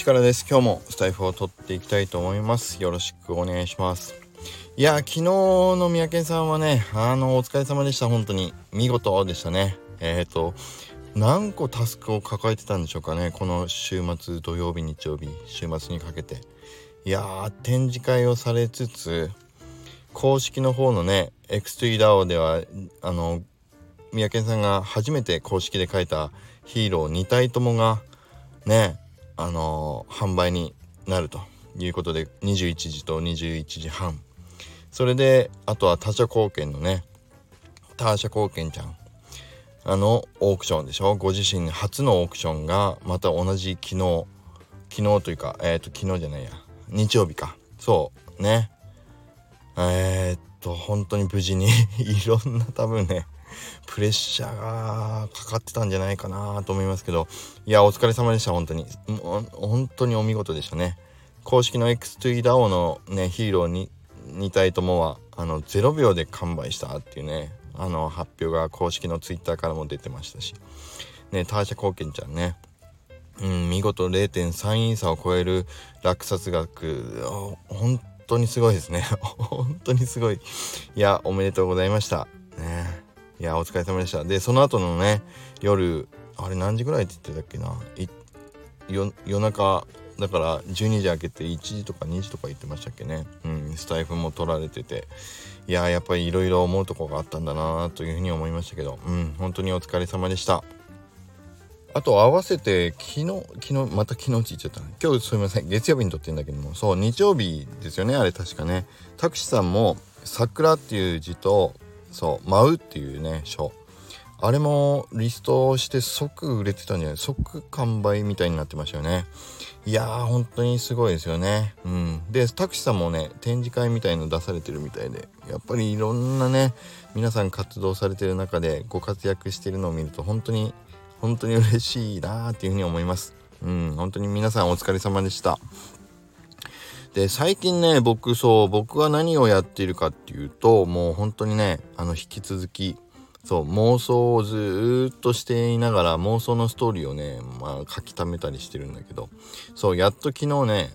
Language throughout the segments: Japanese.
市からです。今日もスタイフを撮っていきたいと思います。よろしくお願いします。いや昨日の三宅さんはね、お疲れ様でした。本当に見事でしたね。何個タスクを抱えてたんでしょうかね、この週末、土曜日日曜日週末にかけて。いや展示会をされつつ、公式の方のね X2DAO では三宅さんが初めて公式で書いたヒーロー2体ともがね販売になるということで、21時と21時半、それであとは他社貢献のね、ターシャ貢献ちゃんオークションでしょ。ご自身初のオークションがまた同じ昨日というか昨日じゃないや日曜日か、そうね、本当に無事にいろんな多分ねプレッシャーがかかってたんじゃないかなと思いますけど、いやお疲れ様でした。本当にお見事でしたね。公式の X2DAO のねヒーローに2体ともは0秒で完売したっていうね発表が公式の Twitter からも出てましたしね、ターシャ貢献ちゃんね、見事 0.3 イーサを超える落札額、本当にすごいですね本当にすごい。いやおめでとうございましたね。いやお疲れ様でした。でその後のね夜、あれ何時ぐらいって言ってたっけな、夜中だから12時明けて1時とか2時とか言ってましたっけね。スタイフも取られてて、いややっぱりいろいろ思うとこがあったんだなというふうに思いましたけど、本当にお疲れ様でした。あと合わせて昨日また昨日って言っちゃった今日すみません、月曜日に撮ってんだけども、そう日曜日ですよね、あれ確かね。タクシさんも桜っていう字とそう舞うっていうね書、あれもリストして即売れてたんじゃない、即完売みたいになってましたよね。いやー本当にすごいですよね。でタクシさんもね展示会みたいの出されてるみたいで、やっぱりいろんなね皆さん活動されてる中でご活躍しているのを見ると本当に嬉しいなっていうふうに思います。本当に皆さんお疲れ様でした。で最近ね僕は何をやっているかっていうと、もう本当にね引き続き妄想をずっとしていながら、妄想のストーリーをね、書き溜めたりしてるんだけど、やっと昨日ね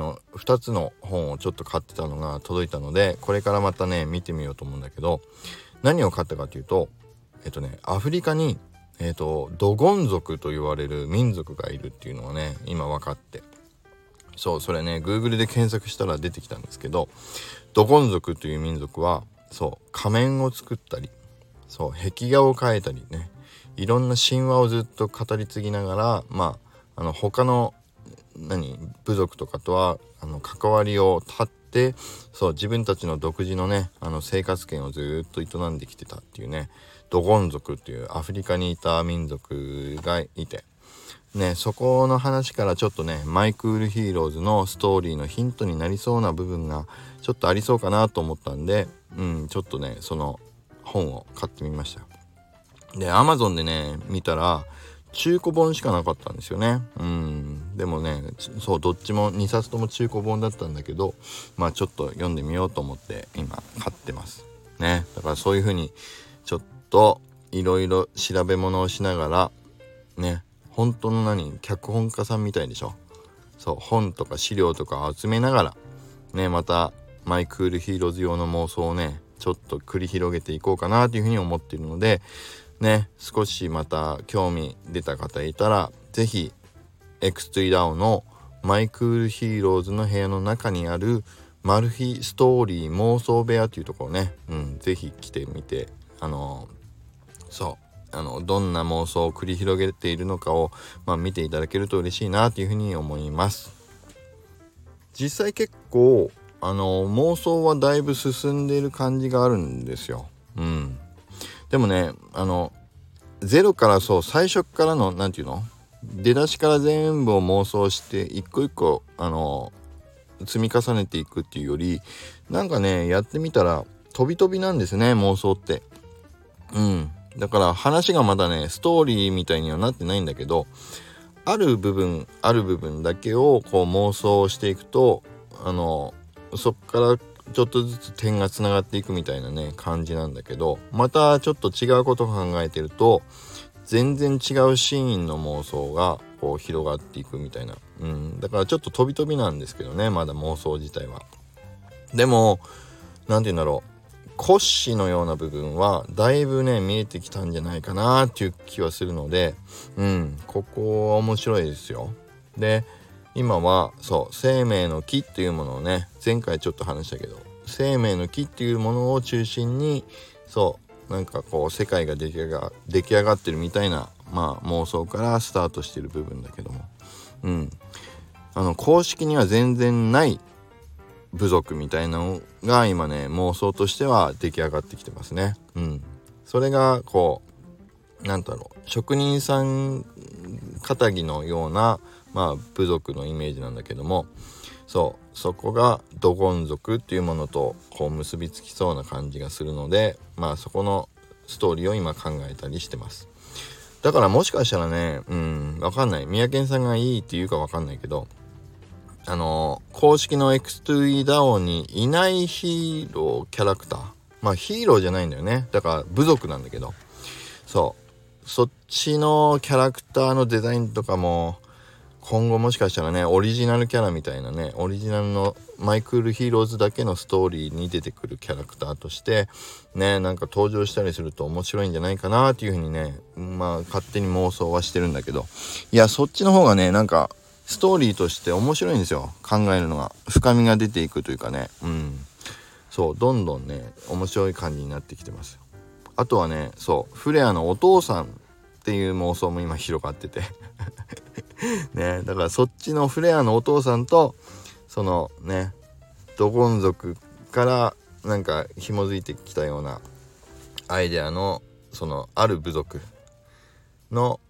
2つの本をちょっと買ってたのが届いたので、これからまたね見てみようと思うんだけど、何を買ったかというとアフリカにドゴン族と言われる民族がいるっていうのはね今分かって、それね Google で検索したら出てきたんですけど、ドゴン族という民族は仮面を作ったり壁画を描いたりね、いろんな神話をずっと語り継ぎながら他の部族とかとは関わりを断って、自分たちの独自のね生活圏をずっと営んできてたっていうね、ドゴン族っていうアフリカにいた民族がいてね、そこの話からちょっとねマイクールヒーローズのストーリーのヒントになりそうな部分がちょっとありそうかなと思ったんで、ちょっとねその本を買ってみました。で Amazon でね見たら中古本しかなかったんですよね。でもねどっちも2冊とも中古本だったんだけど、ちょっと読んでみようと思って今買ってますね。だからそういう風にちょっといろいろ調べ物をしながらね、本当の脚本家さんみたいでしょ。本とか資料とか集めながらね、またマイクールヒーローズ用の妄想をねちょっと繰り広げていこうかなというふうに思っているのでね、少しまた興味出た方いたらぜひ X2DAO のマイクールヒーローズの部屋の中にあるマル秘ストーリー妄想部屋というところね、ぜひ来てみてどんな妄想を繰り広げているのかを、見ていただけると嬉しいなというふうに思います。実際結構妄想はだいぶ進んでいる感じがあるんですよ。でもねゼロから最初からの出だしから全部を妄想して一個一個積み重ねていくっていうよりやってみたら飛び飛びなんですね、妄想って。だから話がまだねストーリーみたいにはなってないんだけど、ある部分だけを妄想していくとそっからちょっとずつ点がつながっていくみたいなね感じなんだけど、またちょっと違うことを考えてると全然違うシーンの妄想がこう広がっていくみたいな、だからちょっと飛び飛びなんですけどね、まだ妄想自体は。でもなんて言うんだろう、骨子のような部分はだいぶね見えてきたんじゃないかなっていう気はするので、ここは面白いですよ。で今は生命の木っていうものをね、前回ちょっと話したけど、生命の木っていうものを中心になんかこう世界が出来上がってるみたいな、妄想からスタートしてる部分だけども、公式には全然ない部族みたいなのが今ね妄想としては出来上がってきてますね。それがこうなんだろう、職人さん肩着のような部族のイメージなんだけども、そこがドゴン族っていうものとこう結びつきそうな感じがするので、そこのストーリーを今考えたりしてます。だからもしかしたらね、わかんない、宮健さんがいいって言うかわかんないけど、公式の X2EDAO にいないヒーローキャラクター、ヒーローじゃないんだよね、だから部族なんだけど、そっちのキャラクターのデザインとかも今後もしかしたらね、オリジナルキャラみたいなね、オリジナルのマイクールヒーローズだけのストーリーに出てくるキャラクターとしてね、なんか登場したりすると面白いんじゃないかなっていう風にね、勝手に妄想はしてるんだけど、いやそっちの方がね、なんかストーリーとして面白いんですよ。考えるのが深みが出ていくというかね、どんどんね面白い感じになってきてますよ。あとはね、フレアのお父さんっていう妄想も今広がっててね、だからそっちのフレアのお父さんとそのねドゴン族からなんか紐づいてきたようなアイデアのそのある部族の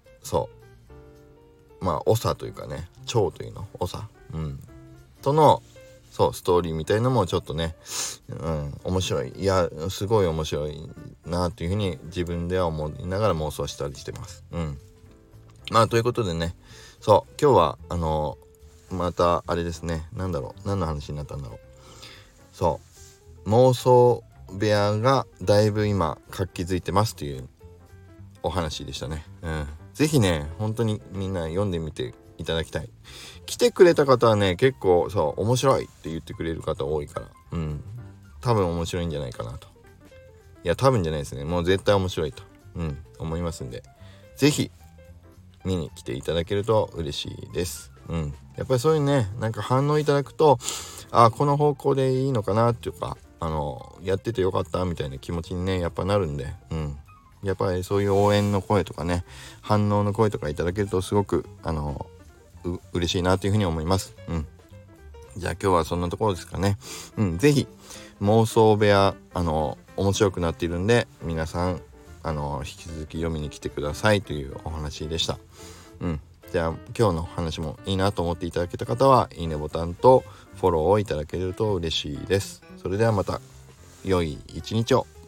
長というかね、長というの長、とのストーリーみたいのもちょっとね、面白い、いやすごい面白いなというふうに自分では思いながら妄想したりしてます。ということでね、今日はまたあれですね、何の話になったんだろう。妄想部屋がだいぶ今活気づいてますというお話でしたね。ぜひね本当にみんな読んでみていただきたい。来てくれた方はね結構面白いって言ってくれる方多いから、多分面白いんじゃないかなと。いや多分じゃないですね、もう絶対面白いと、思いますんで、ぜひ見に来ていただけると嬉しいです。やっぱりそういうね、なんか反応いただくと、この方向でいいのかなっていうか、やっててよかったみたいな気持ちにねやっぱなるんで、やっぱりそういう応援の声とかね、反応の声とかいただけるとすごく嬉しいなというふうに思います。じゃあ今日はそんなところですかね。ぜひ妄想部屋面白くなっているんで、皆さん引き続き読みに来てくださいというお話でした。じゃあ今日の話もいいなと思っていただけた方はいいねボタンとフォローをいただけると嬉しいです。それではまた良い一日を。